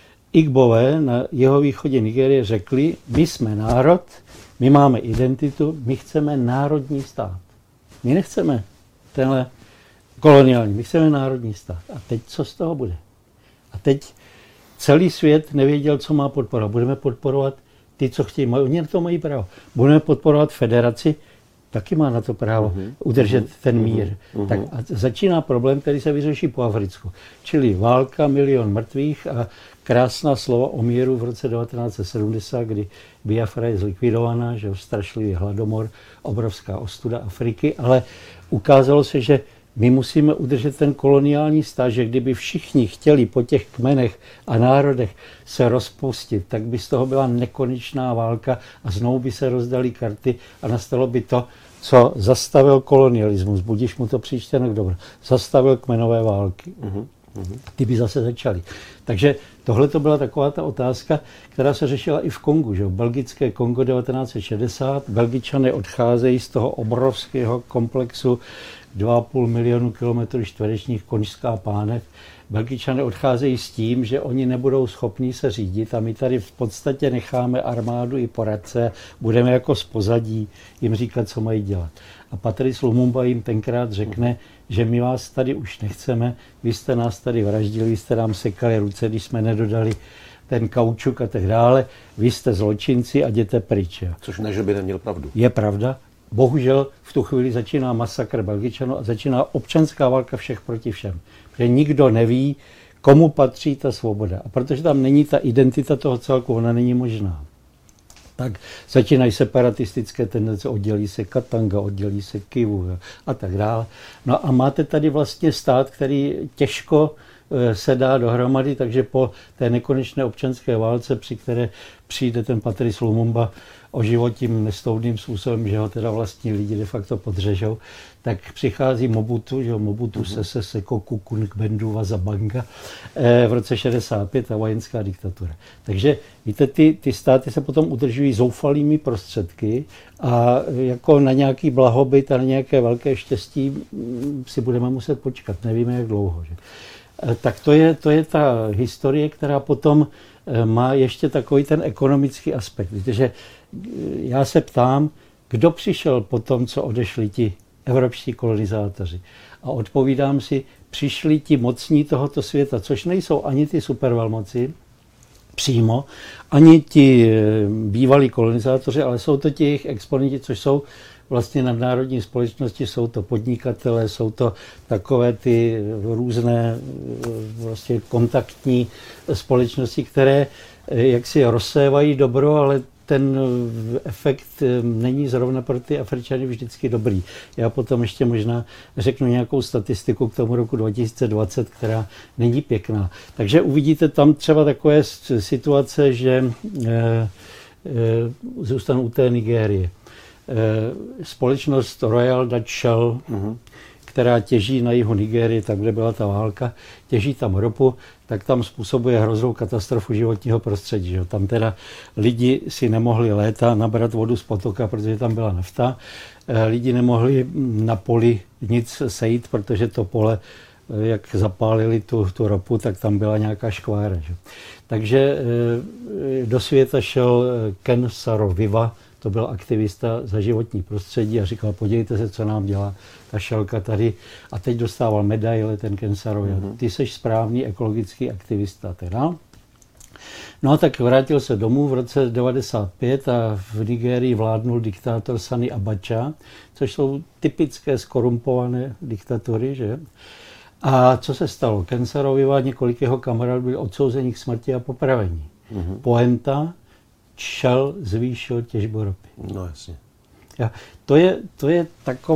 Igbové na jihovýchodě Nigérie řekli, my jsme národ, my máme identitu, my chceme národní stát. My nechceme tenhle koloniální, my chceme národní stát. A teď co z toho bude? A teď celý svět nevěděl, co má podporovat. Budeme podporovat ty, co chtějí. Oni na to mají právo. Budeme podporovat federaci, taky má na to právo udržet ten mír. Tak a začíná problém, který se vyřeší po Africku. Čili válka, 1 000 000 mrtvých a krásná slova o míru v roce 1970, kdy Biafra je zlikvidovaná, že strašlivý hladomor, obrovská ostuda Afriky, ale ukázalo se, že my musíme udržet ten koloniální stát, že kdyby všichni chtěli po těch kmenech a národech se rozpustit, tak by z toho byla nekonečná válka a znovu by se rozdaly karty a nastalo by to, co zastavil kolonialismus. Budíš mu to příčtěno k dobru. Zastavil kmenové války. Ty by zase začaly. Takže tohle to byla taková ta otázka, která se řešila i v Kongu. Že? Belgické Kongo 1960. Belgičané odcházejí z toho obrovského komplexu 2,5 milionu kilometrů čtverečních Konžská pánev. Belgičané odcházejí s tím, že oni nebudou schopni se řídit a my tady v podstatě necháme armádu i poradce, budeme jako z pozadí jim říkat, co mají dělat. A Patrice Lumumba jim tenkrát řekne, že my vás tady už nechceme, vy jste nás tady vraždili, vy jste nám sekali ruce, když jsme nedodali ten kaučuk a tak dále, vy jste zločinci a jděte pryč. Což ne, že by neměl pravdu. Je pravda. Bohužel v tu chvíli začíná masakr Belgičanů a začíná občanská válka všech proti všem. Protože nikdo neví, komu patří ta svoboda. A protože tam není ta identita toho celku, ona není možná. Tak začínají separatistické tendence, oddělí se Katanga, oddělí se Kivu a tak dále. No a máte tady vlastně stát, který těžko se dá dohromady, takže po té nekonečné občanské válce, při které přijde ten Patrice Lumumba o život tím nestoudným způsobem, že ho teda vlastní lidi de facto podřežou, tak přichází Mobutu, že Mobutu Sese Seko Ngbendu Zabanga v roce 65 a vojenská diktatura. Takže víte, ty státy se potom udržují zoufalými prostředky a jako na nějaký blahobyt a na nějaké velké štěstí si budeme muset počkat, nevíme jak dlouho. Že? Tak to je ta historie, která potom má ještě takový ten ekonomický aspekt. Víte, že já se ptám, kdo přišel po tom, co odešli ti evropští kolonizátoři. A odpovídám si, přišli ti mocní tohoto světa, což nejsou ani ty supervelmoci přímo, ani ti bývalí kolonizátoři, ale jsou to ti jejich exponenti, což jsou vlastně nadnárodní společnosti, jsou to podnikatelé, jsou to takové ty různé vlastně kontaktní společnosti, které jaksi rozsévají dobro, ale ten efekt není zrovna pro ty Afričany vždycky dobrý. Já potom ještě možná řeknu nějakou statistiku k tomu roku 2020, která není pěkná. Takže uvidíte tam třeba takové situace, že zůstanu u té Nigérie. Společnost Royal Dutch Shell, která těží na jihu Nigérie, tam, kde byla ta válka, těží tam ropu, tak tam způsobuje hroznou katastrofu životního prostředí. Že? Tam teda lidi si nemohli léta nabrat vodu z potoka, protože tam byla nafta. Lidi nemohli na poli nic sejít, protože to pole, jak zapálili tu ropu, tak tam byla nějaká škvára. Že? Takže do světa šel Ken Saro-Wiwa, to byl aktivista za životní prostředí a říkal, podívejte se, co nám dělá ta šelka tady. A teď dostával medaile ten Ken Saro-Wiwa. Ty seš správný ekologický aktivista teda. No a tak vrátil se domů v roce 1995 a v Nigérii vládnul diktátor Sani Abacha, což jsou typické skorumpované diktatury, že? A co se stalo? Ken Saro-Wiwa, několik jeho kamarádů byli odsouzeni k smrti a popravení. Poenta, šel, zvýšil těžbu ropy. No jasně. To je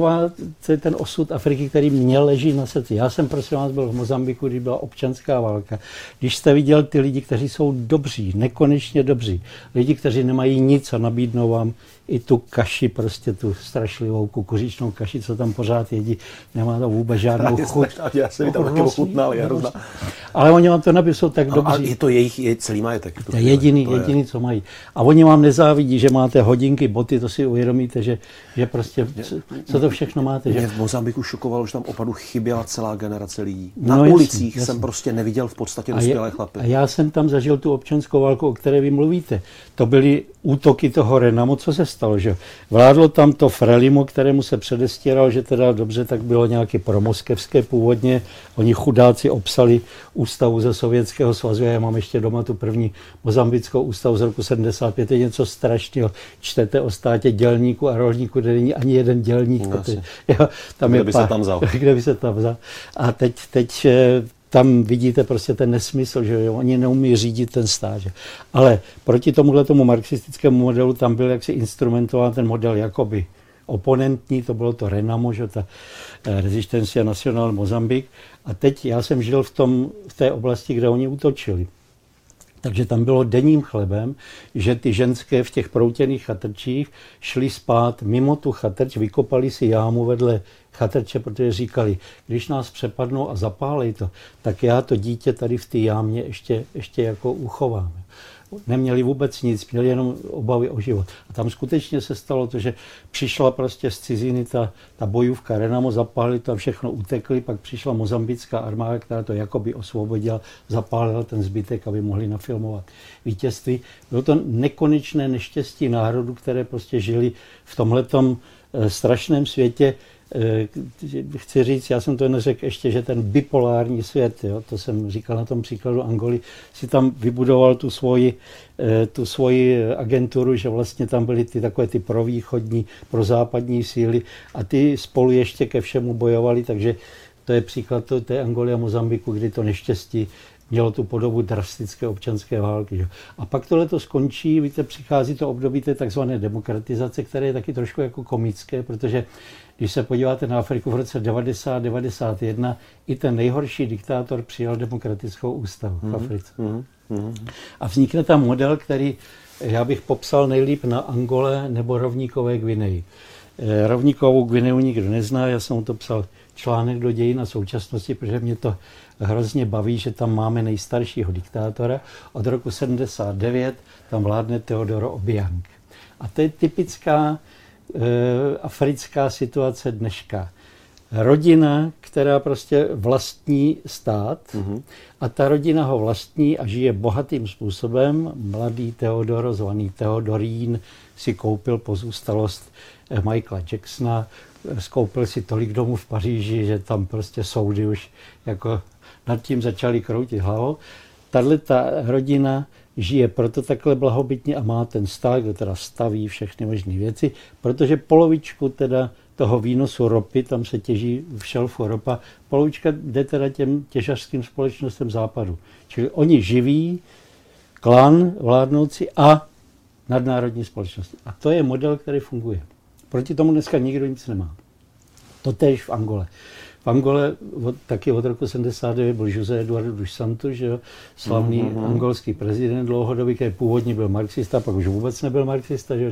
ten osud Afriky, který mě leží na srdci. Já jsem, prosím vás, byl v Mozambiku, když byla občanská válka. Když jste viděl ty lidi, kteří jsou dobří, nekonečně dobří, lidi, kteří nemají nic a nabídnou vám i tu kaši, prostě tu strašlivou kukuřičnou kaši, co tam pořád jedí, nemá to vůbec žádnou chuť. Já jsem tam taky ochutnal, je hrozná. Ale oni vám to nabídou, jsou tak dobří. A je to jejich celý majetek. To je jediný, co mají. A oni vám nezávidí, že máte hodinky, boty, to si uvědomíte, že prostě, co to všechno máte. Že? Mě v Mozambiku šokovalo, že tam opravdu chyběla celá generace lidí. Na ulicích jasný. Jsem prostě neviděl v podstatě dospělé chlapy. A já jsem tam zažil tu občanskou válku, o které vy mluvíte. To byly útoky toho Renamo, co se stalo, že vládlo tam to Frelimo, kterému se předestíral, že teda dobře, tak bylo nějaké promoskevské původně. Oni chudáci obsali ústavu ze Sovětského svazu. Já mám ještě doma tu první mozambickou ústavu z roku 75. Je něco strašného. Čtete o státě dělníku a rolníku, kde není ani jeden dělník. Kde by se tam vzal? Kde by se tam vzal. A teď tam vidíte prostě ten nesmysl, že oni neumí řídit ten stát. Že? Ale proti tomu marxistickému modelu tam byl jaksi instrumentován ten model jakoby oponentní, to bylo to Renamo, že ta Resistencia Nacional Mozambik. A teď já jsem žil v té oblasti, kde oni útočili. Takže tam bylo denním chlebem, že ty ženské v těch proutěných chatrčích šly spát mimo tu chatrč, vykopali si jámu vedle chatrče, protože říkali, když nás přepadnou a zapálej to, tak já to dítě tady v té jámě ještě jako uchovám. Neměli vůbec nic, měli jenom obavy o život. A tam skutečně se stalo to, že přišla prostě z ciziny ta bojůvka Renamo, zapálili to a všechno utekli, pak přišla mozambická armáda, která to jakoby osvobodila, zapálila ten zbytek, aby mohli nafilmovat vítězství. Bylo to nekonečné neštěstí národů, které prostě žili v tomhletom strašném světě. Chci říct, já jsem to neřekl ještě, že ten bipolární svět, jo, to jsem říkal na tom příkladu Angoly, si tam vybudoval tu svoji agenturu, že vlastně tam byly takové ty provýchodní, prozápadní síly a ty spolu ještě ke všemu bojovali, takže to je příklad té Angoly a Mozambiku, kdy to neštěstí mělo tu podobu drastické občanské války. Že? A pak tohle to skončí, víte, přichází to období té takzvané demokratizace, které je taky trošku jako komické, protože když se podíváte na Afriku v roce 90-91, i ten nejhorší diktátor přijal demokratickou ústavu v Africe. A vznikne tam model, který já bych popsal nejlíp na Angole nebo rovníkové Gvineji. Rovníkovou Gvineu nikdo nezná, já jsem to psal článek do dějin a současnosti, protože mě to hrozně baví, že tam máme nejstaršího diktátora. Od roku 79 tam vládne Teodoro Obiang. A to je typická africká situace dneška. Rodina, která prostě vlastní stát a ta rodina ho vlastní a žije bohatým způsobem. Mladý Teodoro, zvaný Teodorín, si koupil pozůstalost Michaela Jacksona, skoupil si tolik domů v Paříži, že tam prostě soudy už jako nad tím začaly kroutit hlavou. Tato rodina žije proto takhle blahobytně a má ten stát, kde teda staví všechny možné věci, protože polovičku teda toho výnosu ropy, tam se těží v šelfu ropa, polovička jde teda těm těžařským společnostem západu. Čili oni živí, klan vládnoucí a nadnárodní společnosti. A to je model, který funguje. Proti tomu dneska nikdo nic nemá. Totéž v Angole. V Angole taky od roku 79 byl José Eduardo dos Santos, že jo, slavný angolský prezident dlouhodobý, který původně byl marxista, pak už vůbec nebyl marxista, že jo, když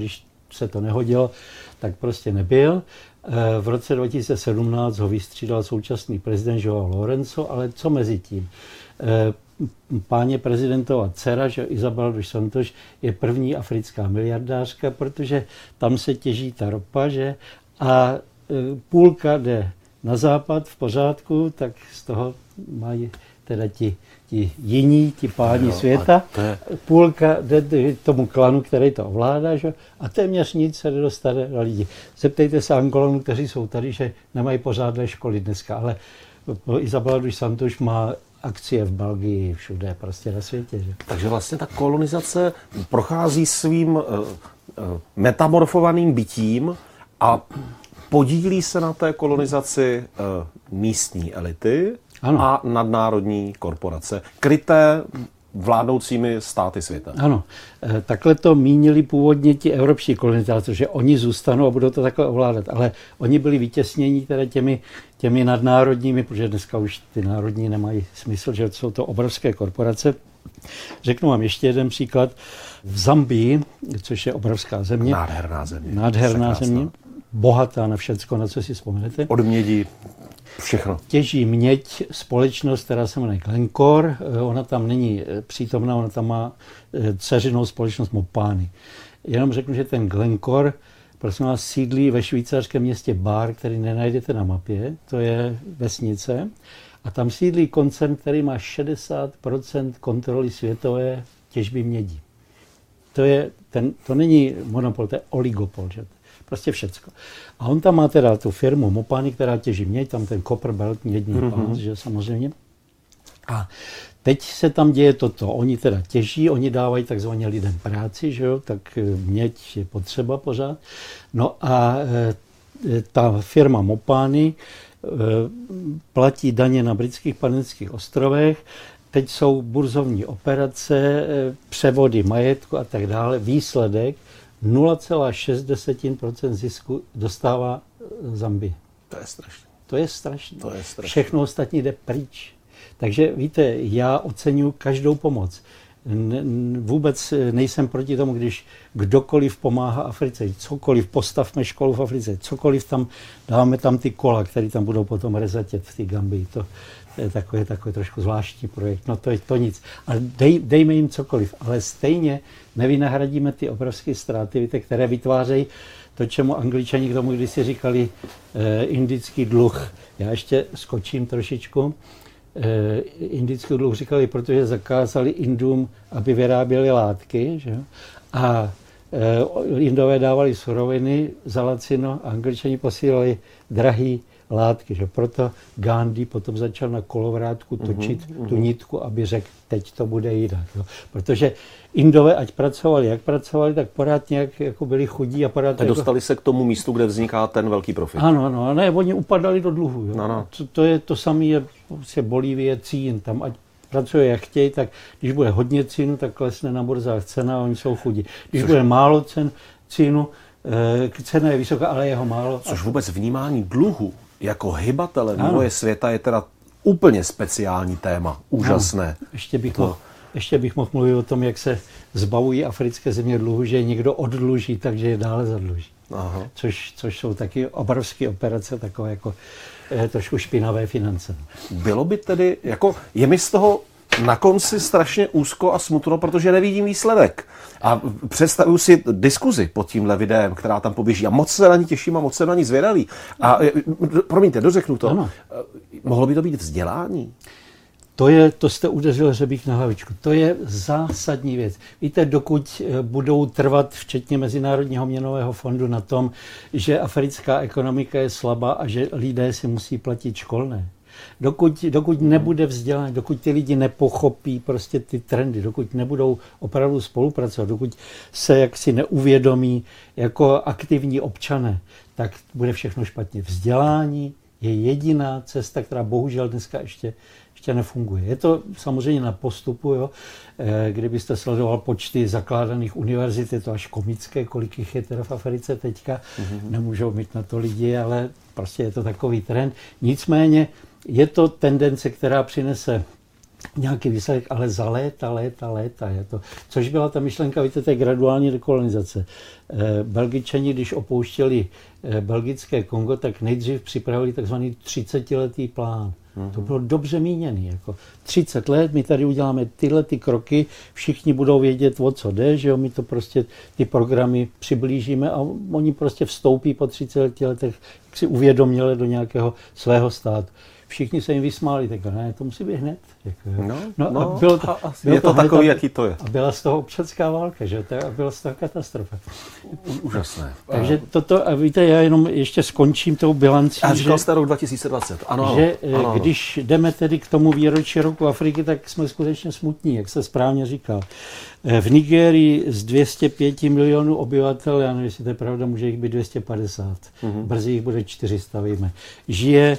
se to nehodilo, tak prostě nebyl. V roce 2017 ho vystřídal současný prezident João Lourenço, ale co mezi tím? Páně prezidentova dcera, že Isabel dos Santos, je první africká miliardářka, protože tam se těží ta ropa, že? A půlka jde na západ v pořádku, tak z toho mají teda ti jiní, ti páni světa. Půlka jde tomu klanu, který to ovládá, že? A téměř nic se nedostane na lidi. Zeptejte se Angolanů, kteří jsou tady, že nemají pořádné školy dneska, ale Isabela dos Santos má akcie v Belgii, všude prostě na světě. Že? Takže vlastně ta kolonizace prochází svým metamorfovaným bytím a podílí se na té kolonizaci místní elity, ano, a nadnárodní korporace, kryté vládnoucími státy světa. Ano, takhle to mínili původně ti evropští kolonizátoři, že oni zůstanou a budou to takhle ovládat, ale oni byli vytěsněni teda těmi nadnárodními, protože dneska už ty národní nemají smysl, že jsou to obrovské korporace. Řeknu vám ještě jeden příklad. V Zambii, což je obrovská země. Nádherná země. Bohatá na všecko, na co si vzpomenete. Od mědi všechno. Těží měď společnost, která se jmenuje Glencore. Ona tam není přítomná, ona tam má dceřinou společnost Mopani. Jenom řeknu, že ten Glencore, prosím vás, sídlí ve švýcarském městě Bar, který nenajdete na mapě, to je vesnice. A tam sídlí koncern, který má 60% kontroly světové těžby mědi. To není monopol, to je oligopol. Že? Prostě všecko. A on tam má teda tu firmu Mopani, která těží měď, tam ten Copper Belt, mědní pás, že samozřejmě. A teď se tam děje toto. Oni teda těží, oni dávají takzvaně lidem práci, že jo, tak měď je potřeba pořád. No a ta firma Mopani platí daně na britských Panenských ostrovech. Teď jsou burzovní operace, převody majetku a tak dále. Výsledek 0,6% zisku dostává Zambie. To je strašné. To je strašné. Všechno ostatní jde pryč. Takže víte, já oceňuji každou pomoc. Vůbec nejsem proti tomu, když kdokoliv pomáhá Africe, cokoliv, postavme školu v Africe, cokoliv tam, dáme tam ty kola, které tam budou potom rezatět v té Gambii. To je takový trošku zvláštní projekt, no to je to nic. Ale dejme jim cokoliv, ale stejně nevynahradíme ty obrovské ztráty, které vytvářejí to, čemu Angličani k tomu kdysi říkali indický dluh. Já ještě skočím trošičku. Indický dluh říkali, protože zakázali Indům, aby vyráběli látky, že? A Indové dávali suroviny za lacino a Angličani posílali drahý látky, že proto Gandhi potom začal na kolovrátku točit tu nitku, aby řekl, teď to bude jinak. Jo. Protože Indové, ať pracovali, jak pracovali, tak pořád nějak jako byli chudí a pořád... A dostali se k tomu místu, kde vzniká ten velký profit. Ano, ne, oni upadali do dluhu. Jo. No. To samé je Bolívie, cín, tam ať pracuje jak chtějí, tak když bude hodně cínu, tak klesne na burzách cena a oni jsou chudí. Když bude málo cínu, cena je vysoká, ale je ho málo. Což vůbec vnímání dluhu jako hybatele vývoje světa je teda úplně speciální téma. Úžasné. No, ještě bych mohl mluvit o tom, jak se zbavují africké země dluhu, že je někdo oddluží, takže je dále zadluží. Aha. Což jsou taky obrovské operace, takové jako trošku špinavé finance. Bylo by tedy, jako je mi z toho na konci strašně úzko a smutno, protože nevidím výsledek. A představuju si diskuzi pod tímhle videem, která tam poběží. A moc se na ní těším a moc jsem na ní zvědavý. A promiňte, dořeknu to. Ano. Mohlo by to být vzdělání? To jste udeřil hřebík na hlavičku. To je zásadní věc. Víte, dokud budou trvat, včetně Mezinárodního měnového fondu, na tom, že africká ekonomika je slabá a že lidé si musí platit školné, dokud nebude vzdělání, dokud ty lidi nepochopí prostě ty trendy, dokud nebudou opravdu spolupracovat, dokud se jaksi neuvědomí jako aktivní občané, tak bude všechno špatně. Vzdělání je jediná cesta, která bohužel dneska ještě nefunguje. Je to samozřejmě na postupu, jo. Kdybyste sledoval počty zakládaných univerzit, je to až komické, kolik jich je teda v Africe teďka. Nemůžou mít na to lidi, ale prostě je to takový trend. Nicméně je to tendence, která přinese nějaký výsledek, ale za léta je to. Což byla ta myšlenka, víte, té graduální dekolonizace. Belgičani, když opouštěli belgické Kongo, tak nejdřív připravili takzvaný 30letý plán. To bylo dobře míněný. Jako 30 let, my tady uděláme tyhle ty kroky, všichni budou vědět, o co jde, že jo, my to prostě ty programy přiblížíme a oni prostě vstoupí po 30 letech, jak si uvědoměle do nějakého svého státu. Všichni se jim vysmáli, tak ne, to musí být hned. Je to takový, jaký to je. A byla z toho občanská válka, že? A byla z toho katastrofa. Úžasné. Takže toto, a víte, já jenom ještě skončím tou bilancí. A říkal jste rok 2020. Ano, když jdeme tedy k tomu výročí roku Afriky, tak jsme skutečně smutní, jak se správně říkal. V Nigérii z 205 milionů obyvatel, já nevím, jestli to je pravda, může jich být 250. Brzy jich bude 400, víme. Žije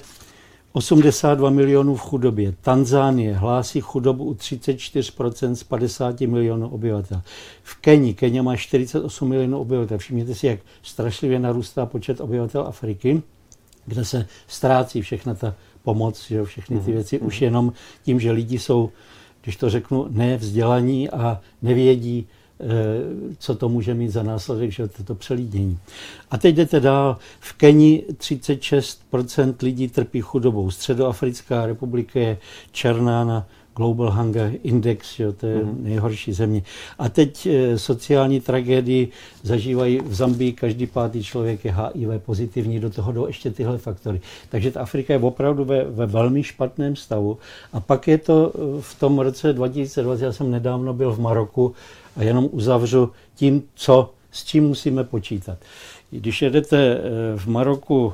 82 milionů v chudobě. Tanzánie hlásí chudobu u 34% z 50 milionů obyvatel. V Keni má 48 milionů obyvatel. Všimněte si, jak strašlivě narůstá počet obyvatel Afriky, kde se ztrácí všechna ta pomoc, že všechny ty věci, už jenom tím, že lidi jsou, když to řeknu, nevzdělaní a nevědí, co to může mít za následek, že to přelídění. A teď jdete dál. V Keni 36% lidí trpí chudobou. Středoafrická republika je černá na Global Hunger Index, že to je nejhorší země. A teď sociální tragédii zažívají v Zambii, každý pátý člověk je HIV pozitivní, do toho jdou ještě tyhle faktory. Takže ta Afrika je opravdu ve velmi špatném stavu. A pak je to v tom roce 2020, já jsem nedávno byl v Maroku a jenom uzavřu tím, s čím musíme počítat. Když jedete v Maroku,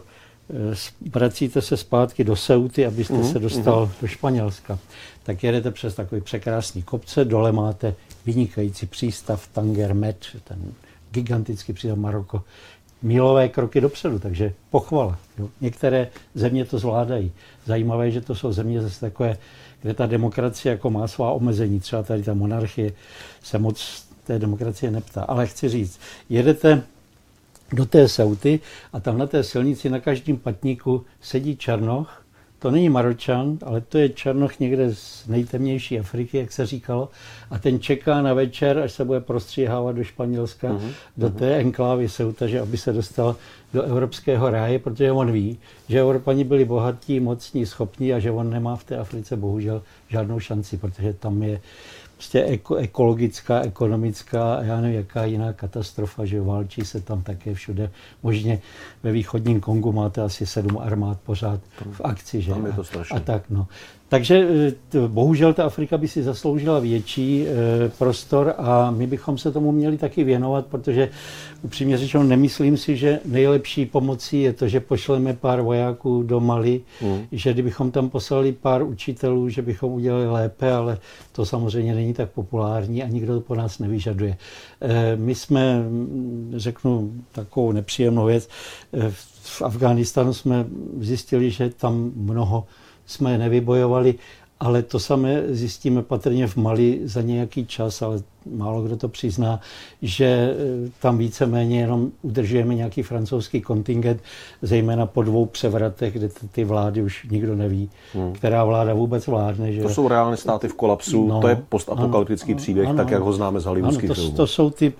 vracíte se zpátky do Ceuty, abyste se dostal do Španělska, tak jedete přes takový překrásný kopce, dole máte vynikající přístav Tanger Med, ten gigantický přístav Maroko, milové kroky dopředu, takže pochvala. Jo. Některé země to zvládají. Zajímavé je, že to jsou země zase takové, kde ta demokracie jako má svá omezení. Třeba tady ta monarchie se moc té demokracie neptá. Ale chci říct, jedete do té Ceuty a tam na té silnici na každém patníku sedí černoch. To není Maročan, ale to je černoch někde z nejtemnější Afriky, jak se říkalo. A ten čeká na večer, až se bude prostříhávat do Španělska, do té enklávy Ceuta, že aby se dostal do evropského ráje, protože on ví, že Evropani byli bohatí, mocní, schopní a že on nemá v té Africe bohužel žádnou šanci, protože tam je prostě ekologická, ekonomická a já nevím, jaká jiná katastrofa, že válčí se tam také všude. Možně ve východním Kongu máte asi 7 armád pořád v akci, že? A tak, no. Takže bohužel ta Afrika by si zasloužila větší prostor a my bychom se tomu měli taky věnovat, protože upřímně řečeno nemyslím si, že nejlepší pomocí je to, že pošleme pár vojáků do Mali, že kdybychom tam poslali pár učitelů, že bychom udělali lépe, ale to samozřejmě není tak populární a nikdo to po nás nevyžaduje. My jsme, řeknu takovou nepříjemnou věc, v Afghánistánu jsme zjistili, že tam mnoho jsme nevybojovali, ale to samé zjistíme patrně v Mali za nějaký čas, ale málo kdo to přizná, že tam víceméně jenom udržujeme nějaký francouzský kontingent, zejména po 2 převratech, kde ty vlády už nikdo neví, která vláda vůbec vládne. Že? To jsou reálné státy v kolapsu, to je postapokalyptický příběh, tak jak ho známe z hollywoodských filmů. To jsou ty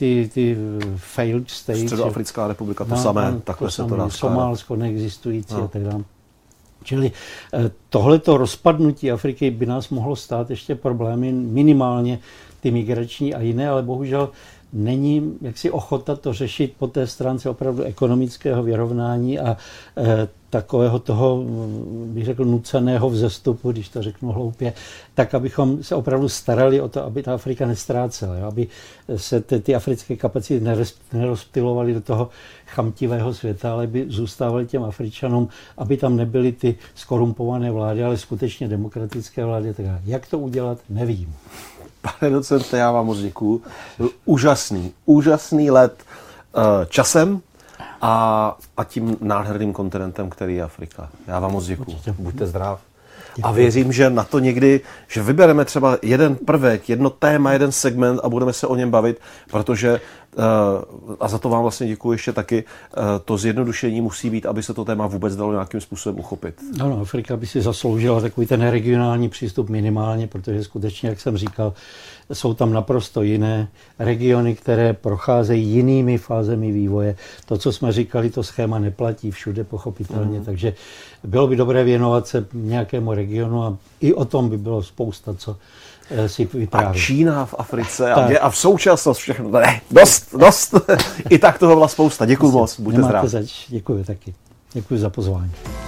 failed states. Středoafrická republika, to samé, takhle se to dá skládat. Somálsko neexistující a tak dále. Čili tohleto rozpadnutí Afriky by nás mohlo stát ještě problémy, minimálně ty migrační a jiné, ale bohužel není jaksi ochota to řešit po té stránce opravdu ekonomického vyrovnání a takového toho, bych řekl, nuceného vzestupu, když to řeknu hloupě, tak abychom se opravdu starali o to, aby ta Afrika nestrácela, jo? Aby se ty africké kapacity nerozptylovaly do toho chamtivého světa, ale by zůstávaly těm Afričanům, aby tam nebyly ty skorumpované vlády, ale skutečně demokratické vlády. Tak jak to udělat, nevím. Pane docente, já vám moc děkuju. Byl úžasný let časem a tím nádherným kontinentem, který je Afrika. Já vám moc děkuju. Buďte zdrav. A věřím, že na to někdy, že vybereme třeba jeden prvek, jedno téma, jeden segment a budeme se o něm bavit, protože A za to vám vlastně děkuji ještě taky. To zjednodušení musí být, aby se to téma vůbec dalo nějakým způsobem uchopit. Ano, Afrika by si zasloužila takový ten regionální přístup minimálně, protože skutečně, jak jsem říkal, jsou tam naprosto jiné regiony, které procházejí jinými fázemi vývoje. To, co jsme říkali, to schéma neplatí všude pochopitelně, takže bylo by dobré věnovat se nějakému regionu a i o tom by bylo spousta, co si vyprávět. A Čína v Africe a v současnost všechno. Ne, dost. I tak toho byla spousta. Děkuji moc, buďte zdraví. Děkuji taky. Děkuji za pozvání.